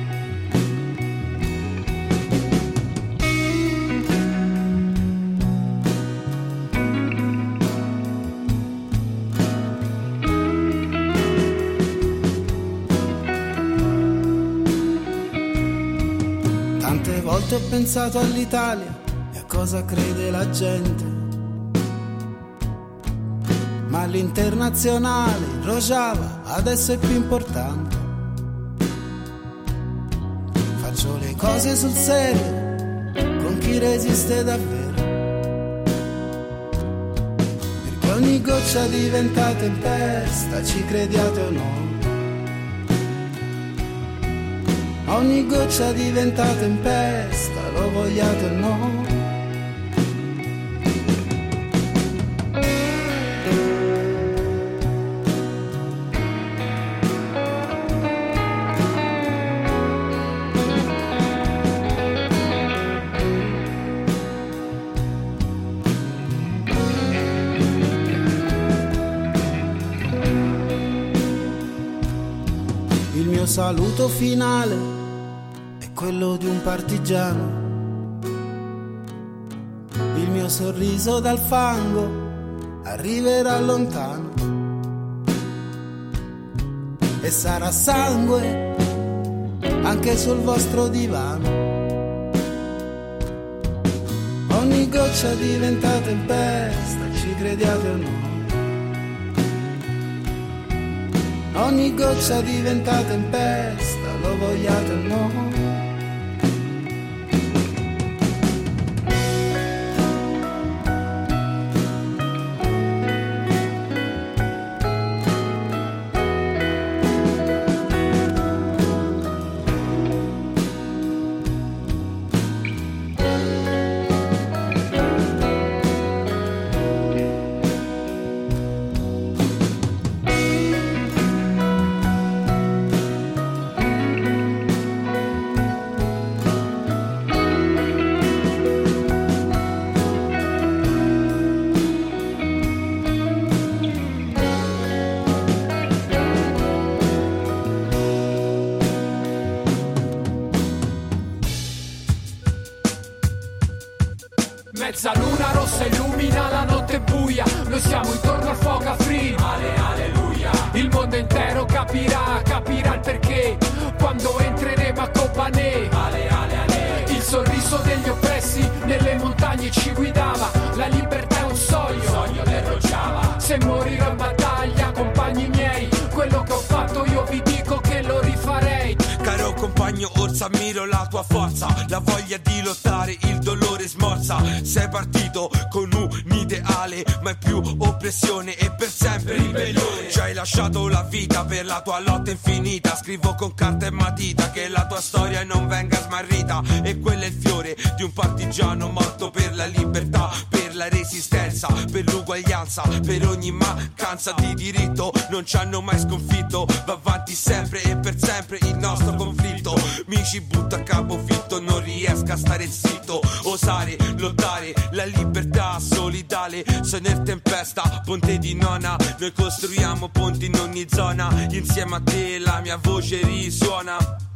Tante volte ho pensato all'Italia e a cosa crede la gente, ma l'internazionale, il Rojava, adesso è più importante. Faccio le cose sul serio, con chi resiste davvero, perché ogni goccia diventa tempesta, ci crediate o no? Ogni goccia diventa tempesta, lo vogliate o no? Il mio saluto finale è quello di un partigiano. Il mio sorriso dal fango arriverà lontano e sarà sangue anche sul vostro divano. Ogni goccia diventa tempesta, ci crediate o no? Ogni goccia diventa tempesta, lo vogliate o no? Mezzaluna rossa illumina la notte buia, noi siamo intorno al fuoco a free. Ale, alleluia. Il mondo intero capirà, capirà il perché quando entreremo a Kobané. Ale, ale, ale. Il sorriso degli oppressi nelle montagne ci guidava, la libertà è un sogno, il sogno del Rojava. Se morirò in battaglia, compagni miei, quello che ho fatto io vi dico che lo rifarei. Caro compagno, orsa ammiro la tua forza, la voglia di lottare, il dolore smorza. Sei partito con un ideale, ma è più oppressione e per sempre ribellione. Ci hai lasciato la vita per la tua lotta infinita. Scrivo con carta e matita che la tua storia non venga smarrita. E quello è il fiore di un partigiano morto per la libertà, per la resistenza, per l'uguaglianza, per ogni mancanza di diritto. Non ci hanno mai sconfitto, va avanti sempre e per sempre il nostro conflitto. Mi ci butto a capofitto, non riesco a stare zitto. Osare, lottare, la libertà solidale. Sono in tempesta, ponte di nona. Noi costruiamo ponti in ogni zona. Insieme a te la mia voce risuona.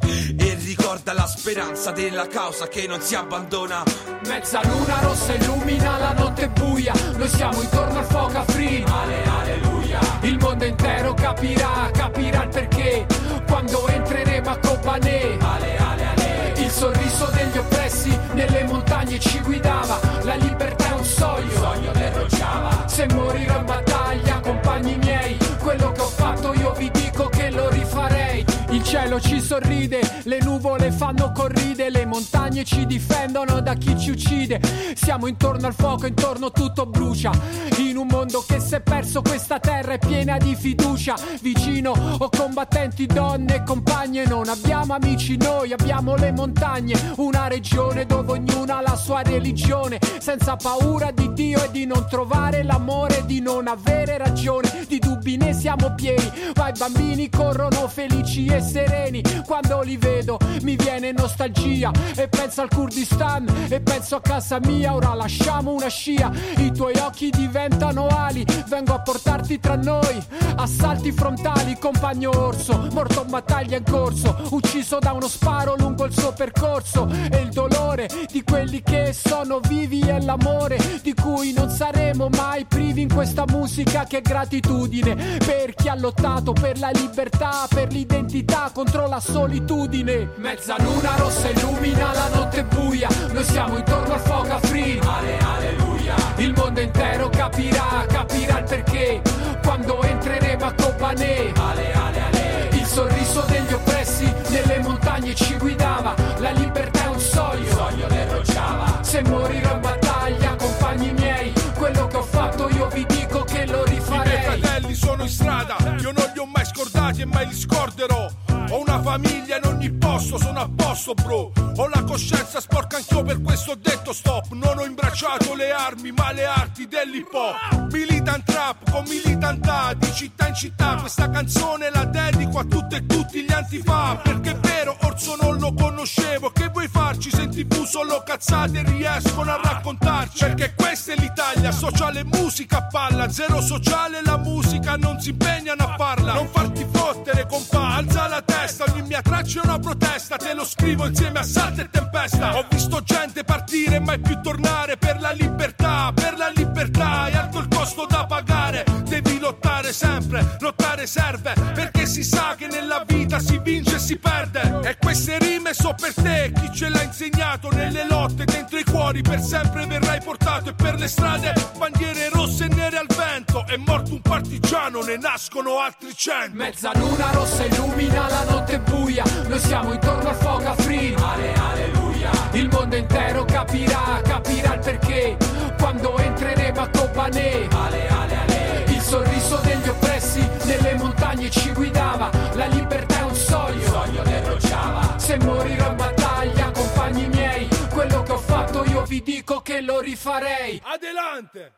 e ricorda la speranza della causa che non si abbandona. Mezza luna rossa illumina la notte buia, noi siamo intorno al fuoco a Frin. Ale, alleluia. Il mondo intero capirà, capirà il perché quando entreremo a Kobané. Ale, ale, ale. Il sorriso degli oppressi nelle montagne ci guidava, la libertà è un sogno, sogno del Rojava. Se morirò in battaglia, compagni miei, quello che ho fatto io vi dico che lo rifarei. Il cielo ci sorride, le nuvole fanno corride, le montagne ci difendono da chi ci uccide. Siamo intorno al fuoco, intorno tutto brucia, in un mondo che si è perso, questa terra è piena di fiducia. Vicino ho combattenti, donne e compagne, non abbiamo amici noi, abbiamo le montagne. Una regione dove ognuno ha la sua religione, senza paura di Dio e di non trovare l'amore, di non avere ragione, di dubbi ne siamo pieni. Ma i bambini corrono felici e sereni, quando li vedo mi viene nostalgia e penso al Kurdistan e penso a casa mia. Ora lasciamo una scia, i tuoi occhi diventano ali, vengo a portarti tra noi. Assalti frontali, compagno orso, morto in battaglia in corso, ucciso da uno sparo lungo il suo percorso. E il dolore di quelli che sono vivi è l'amore di cui non saremo mai privi in questa musica che è gratitudine per chi ha lottato per la libertà, per l'identità, contro la solitudine. Mezza luna rossa illumina la notte buia, noi siamo intorno al fuoco a Frin. Ale, alleluia. Il mondo intero capirà, capirà il perché quando entreremo a Kobané. Ale, ale, ale. Il sorriso degli oppressi nelle montagne ci guidava, la libertà è un sogno, sogno del Rojava. Se morirò in battaglia, compagni miei, quello che ho fatto io vi dico che lo rifarei. I miei fratelli sono in strada, io non li ho mai scordati e mai li scorderò. Ho una famiglia in ogni posto, sono a posto bro. Ho la coscienza sporca anch'io, per questo ho detto stop. Non ho imbracciato le armi ma le arti dell'hip hop. Militant rap con militantà, di città in città. Questa canzone la dedico a tutte e tutti gli antifa. Perché è vero, Orso non lo conoscevo. Che vuoi farci? Se in tv solo cazzate riescono a raccontarci. Perché questa è l'Italia, sociale musica a palla. Zero sociale, la musica non si impegnano a farla. Non farti fottere compa, alza la testa. Ogni mia traccia è una protesta, te lo scrivo insieme a Salta e Tempesta. Ho visto gente partire e mai più tornare. Per la libertà, per la libertà è alto il costo da pagare. Devi lottare sempre, lottare serve, perché si sa che nella vita si vince e si perde. E queste rime so per te, chi ce l'ha insegnato. Nelle lotte, dentro i cuori, per sempre verrai portato. E per le strade, bandiere rosse e nere al vento. È morto un partigiano, ne nascono altri cento. Mezza luna rossa illumina la notte buia, noi siamo intorno al fuoco a Frin. Ale, alleluia. Il mondo intero capirà, capirà il perché quando entreremo a Kobané. Ale, ale, ale. Il sorriso degli oppressi nelle montagne ci guidava, la libertà è un sogno, sogno del Rojava. Se morirò in battaglia, compagni miei, quello che ho fatto io vi dico che lo rifarei. Adelante.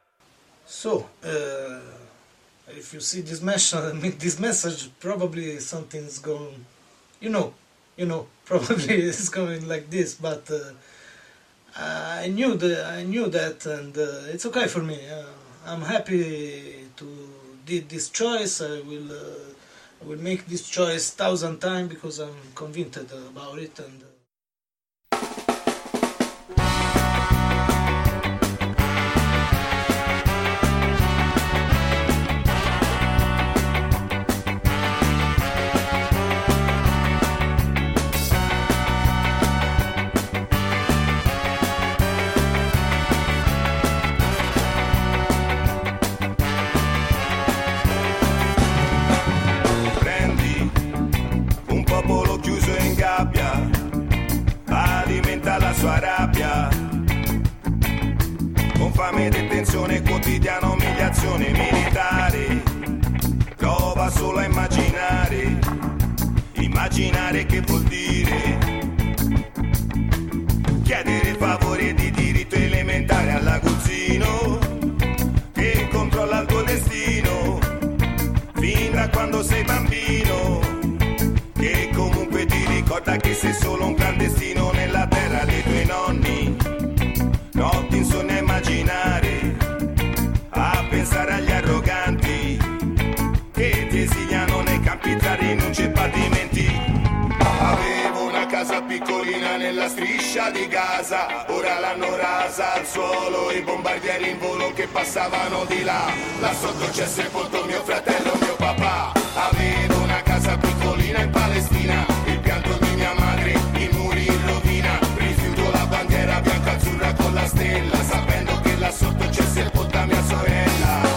So, uh... if you see this message, this message, probably something's going, you know, you know, probably it's going like this. But uh, I knew that, I knew that, and uh, it's okay for me. Uh, I'm happy to did this choice. I will, uh, I will make this choice thousand times because I'm convinced about it. And. Uh, sua rabbia, con fame, detenzione quotidiana, umiliazione militare, prova solo a immaginare, immaginare che vuol dire chiedere favori di diritto elementare all'aguzzino che controlla il tuo destino fin da quando sei bambino, che comunque ti ricorda che sei solo un clandestino nella terra dei tuoi nonni. Notti insonni a immaginare, a pensare agli arroganti che ti esiliano nei campi tra rinunce e patimenti. Avevo piccolina nella striscia di Gaza, ora l'hanno rasa al suolo, i bombardieri in volo che passavano di là. Là sotto c'è sepolto mio fratello, mio papà. Avevo una casa piccolina in Palestina, il pianto di mia madre, i muri in rovina. Rifiuto la bandiera bianca-azzurra con la stella, sapendo che là sotto c'è sepolta mia sorella.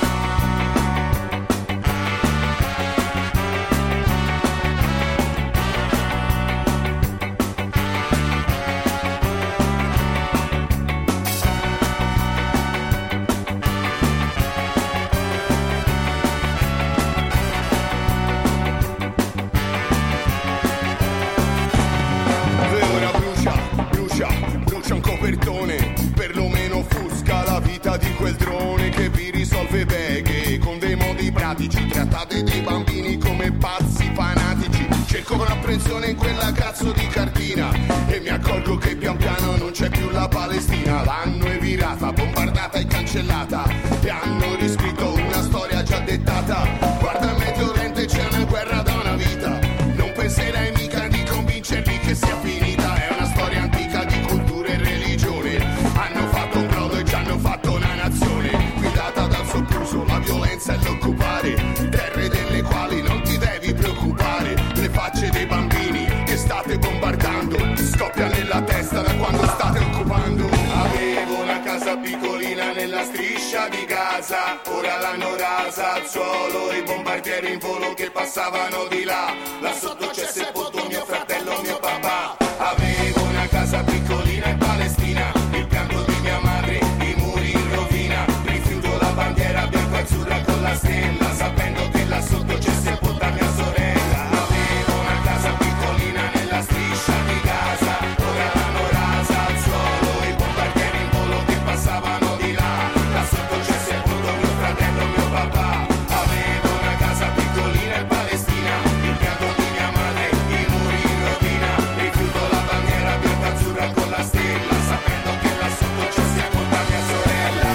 Perlomeno offusca la vita di quel drone che vi risolve beghe con dei modi pratici. Trattate dei bambini come pazzi fanatici. Cerco con apprensione in quella cazzo di cartina e mi accorgo che pian piano non c'è più la Palestina. L'hanno evirata, bombardata e cancellata e hanno riscritto una storia già dettata. Guarda il Medio Oriente, c'è una guerra da una vita. Non penserai mica di convincerli che sia finita. È una storia antica di cultura e religione. Hanno fatto un brodo e ci hanno fatto una nazione guidata dal sopruso, la violenza e l'occupare terre delle quali non ti devi preoccupare. Le facce dei bambini che state bombardando scoppia nella testa da quando state occupando. Avevo una casa piccolina nella striscia di Gaza, ora l'hanno rasa al suolo, i bombardieri in volo che passavano di là. Là sotto c'è sepolto mio fratello, mio papà. Avevo una casa piccolina in Palestina, il pianto di mia madre, i muri in rovina. Rifiuto la bandiera bianco-azzurra con la stella, sapendo che là sotto c'è sepolta mia sorella. Avevo una casa piccolina nella striscia di Gaza, ora l'hanno rasa al suolo, i bombardieri in volo che passavano di là. Là sotto c'è sepolto mio fratello, mio papà. Avevo una casa piccolina in Palestina, il pianto di mia madre, i muri in rovina. Rifiuto la bandiera bianco-azzurra con la stella, sapendo che là sotto c'è sepolta mia sorella.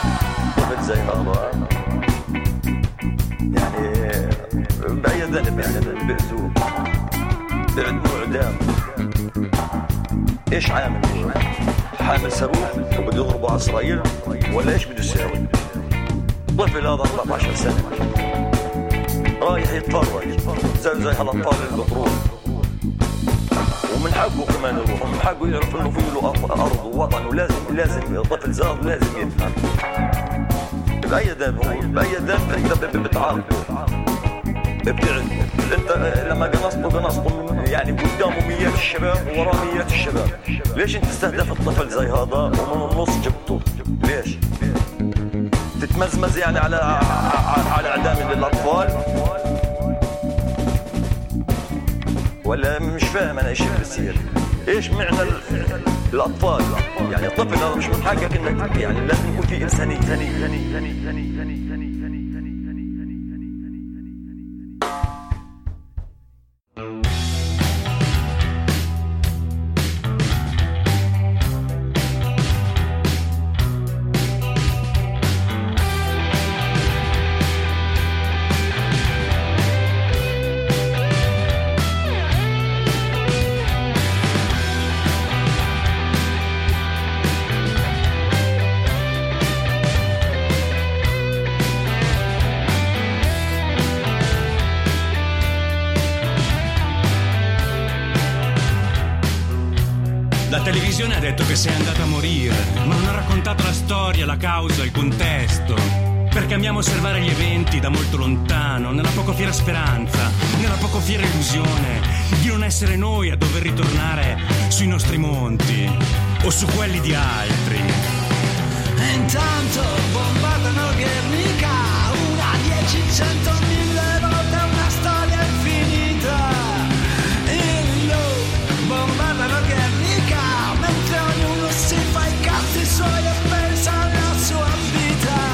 زي هذا يعني بعيد ذنب يعني بأسوه نوع دام ايش عامل حامل صاروخ وبده يضربوا على اسرائيل ولا ايش بده يساوي؟ طفل هذا أربعة عشر سنة رايح يتفرج زي زي هالاطفال اللي بتروح ومن حقه كمان يروح ومن حقه يعرف انه في له ارض ووطن ولازم لازم طفل زاد لازم يفهم. بأي دم هو بأي دم انت بتعاقبه بتعرف انت لما قنصته قنصته يعني قدامه ميات الشباب ووراه ميات الشباب. ليش انت استهدفت طفل زي هذا ومن النص جبته؟ ليش؟ تتمزمز يعني على على اعدام الاطفال ولا مش فاهم انا ايش بصير؟ ايش معنى الاطفال؟ يعني الطفل هذا مش من حقك انك يعني لازم يكون في انسانيه. La televisione ha detto che sei andata a morire, ma non ha raccontato la storia, la causa, il contesto. Perché amiamo osservare gli eventi da molto lontano, nella poco fiera speranza, nella poco fiera illusione di non essere noi a dover ritornare sui nostri monti o su quelli di altri. E intanto bombardano Guernica, una, dieci, cento, mille volte una storia infinita. E lo bombardano Guernica, mentre ognuno si fa i cazzi suoi e pensa alla sua vita.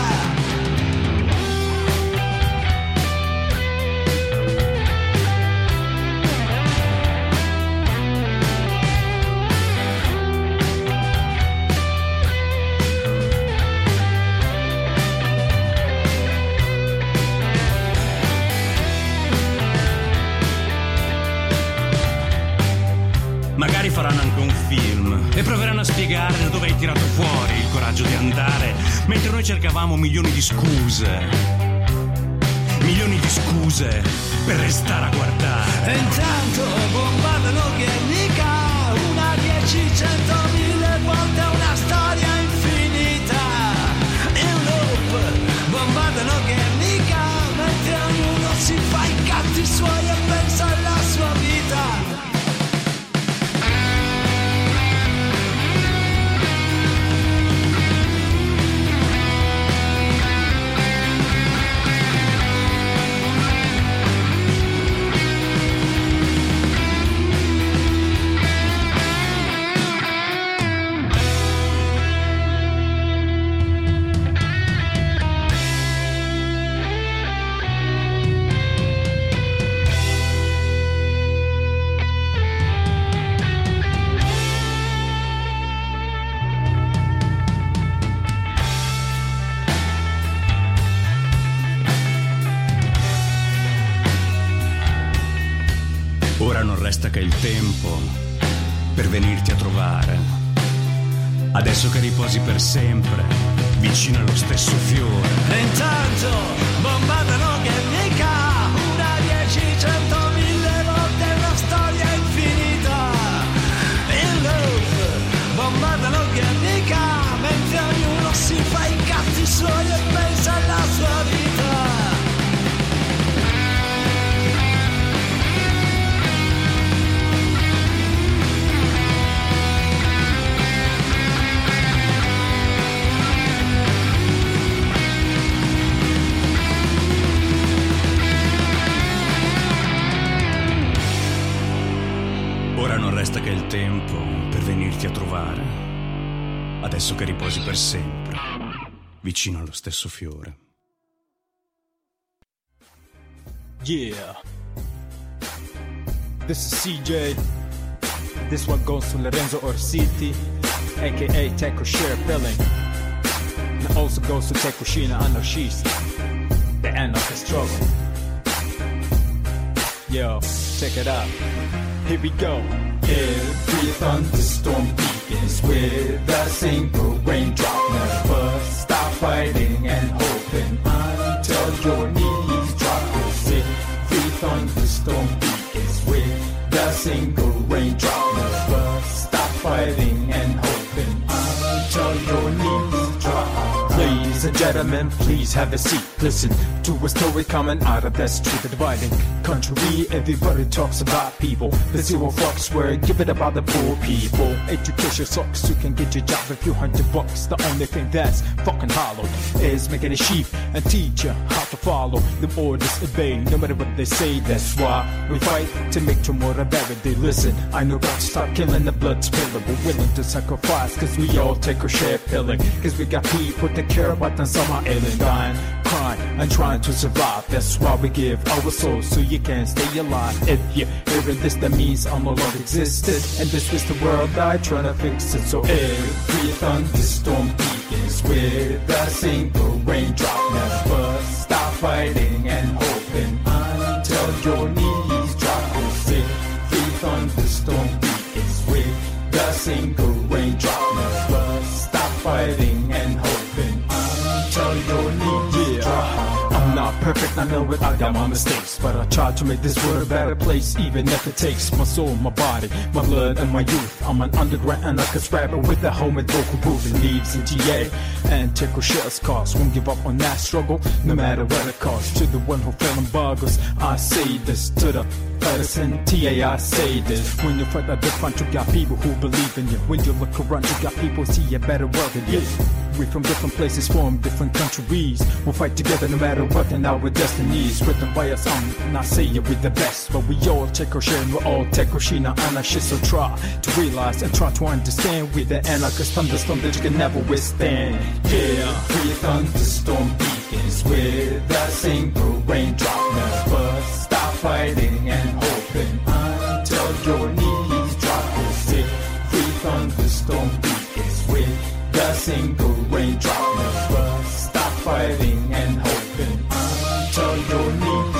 proveranno a spiegare da dove hai tirato fuori il coraggio di andare, mentre noi cercavamo milioni di scuse, milioni di scuse per restare a guardare. E intanto bombardano Guernica, una, dieci, cento, mille volte una storia infinita. In loop bombardano Guernica, mentre ognuno si fa i cazzi suoi e pensa alla sua vita. Ora non resta che il tempo per venirti a trovare. Adesso che riposi per sempre vicino allo stesso fiore. E intanto bombardano Guernica, una, dieci, cento, mille volte una storia infinita. In loop bombardano Guernica, mentre ognuno si fa i cazzi suoi e pensa alla sua vita. Ora non resta che il tempo per venirti a trovare. Adesso che riposi per sempre vicino allo stesso fiore. Yeah. This is C J. This one goes to Lorenzo Orsiti, aka Teco Share Filling. And also goes to Tekushina Anarchist, the anarchist struggle. Yo, check it out. Here we go. Every thunderstorm begins with a single raindrop. Never stop fighting and hoping until your knees drop. 'Cause every thunderstorm begins with a single raindrop. Never stop fighting and hoping until your knees drop. Ladies and gentlemen, please have a seat. Listen to a story coming out of that street. The dividing country, everybody talks about people. The zero fucks were given about the poor people. Education sucks, you can get your job for a few hundred bucks. The only thing that's fucking hollow is making a sheep and teach you how to follow the orders, obey, no matter what they say. That's why we fight to make tomorrow better. They listen, I know God, stop killing the blood spiller. We're willing to sacrifice, cause we all take our share pilling. Cause we got people that care about them, some are ailing, dying, crying, and trying to survive. That's why we give our souls so you can stay alive. If you're hearing this, that means I'm no longer existed, and this was the world I trying to fix it. So every thunderstorm begins with a single raindrop. Never stop fighting and hoping until your knees drop. 'Cause every thunderstorm begins with a single raindrop. Never stop fighting and hoping until your knees drop. I'm not perfect, I know it, I got my mistakes, but I try to make this world a better place, even if it takes my soul, my body, my blood, and my youth. I'm an underground anarchist rapper with a home with vocal booth and leaves in G A. And Teco Shares cause, won't give up on that struggle, no matter what it costs. To the one who fell in buggers, I say this. To the fighters in T A, I say this. When you fight at the front, you got people who believe in you. When you look around, you got people see a better world than you. We from different places, from different countries. We'll fight together no matter what, and our destinies written by us. I'm not saying we're the best, but we all take our share and we're all Tekushina anarchists. So try to realize and try to understand we're the anarchist thunderstorm that you can never withstand. Yeah, every thunderstorm begins with a single raindrop. Never stop fighting and hoping until your knees drop. 'Cause every thunderstorm begins with a single raindrop. Never stop fighting and hoping until your knees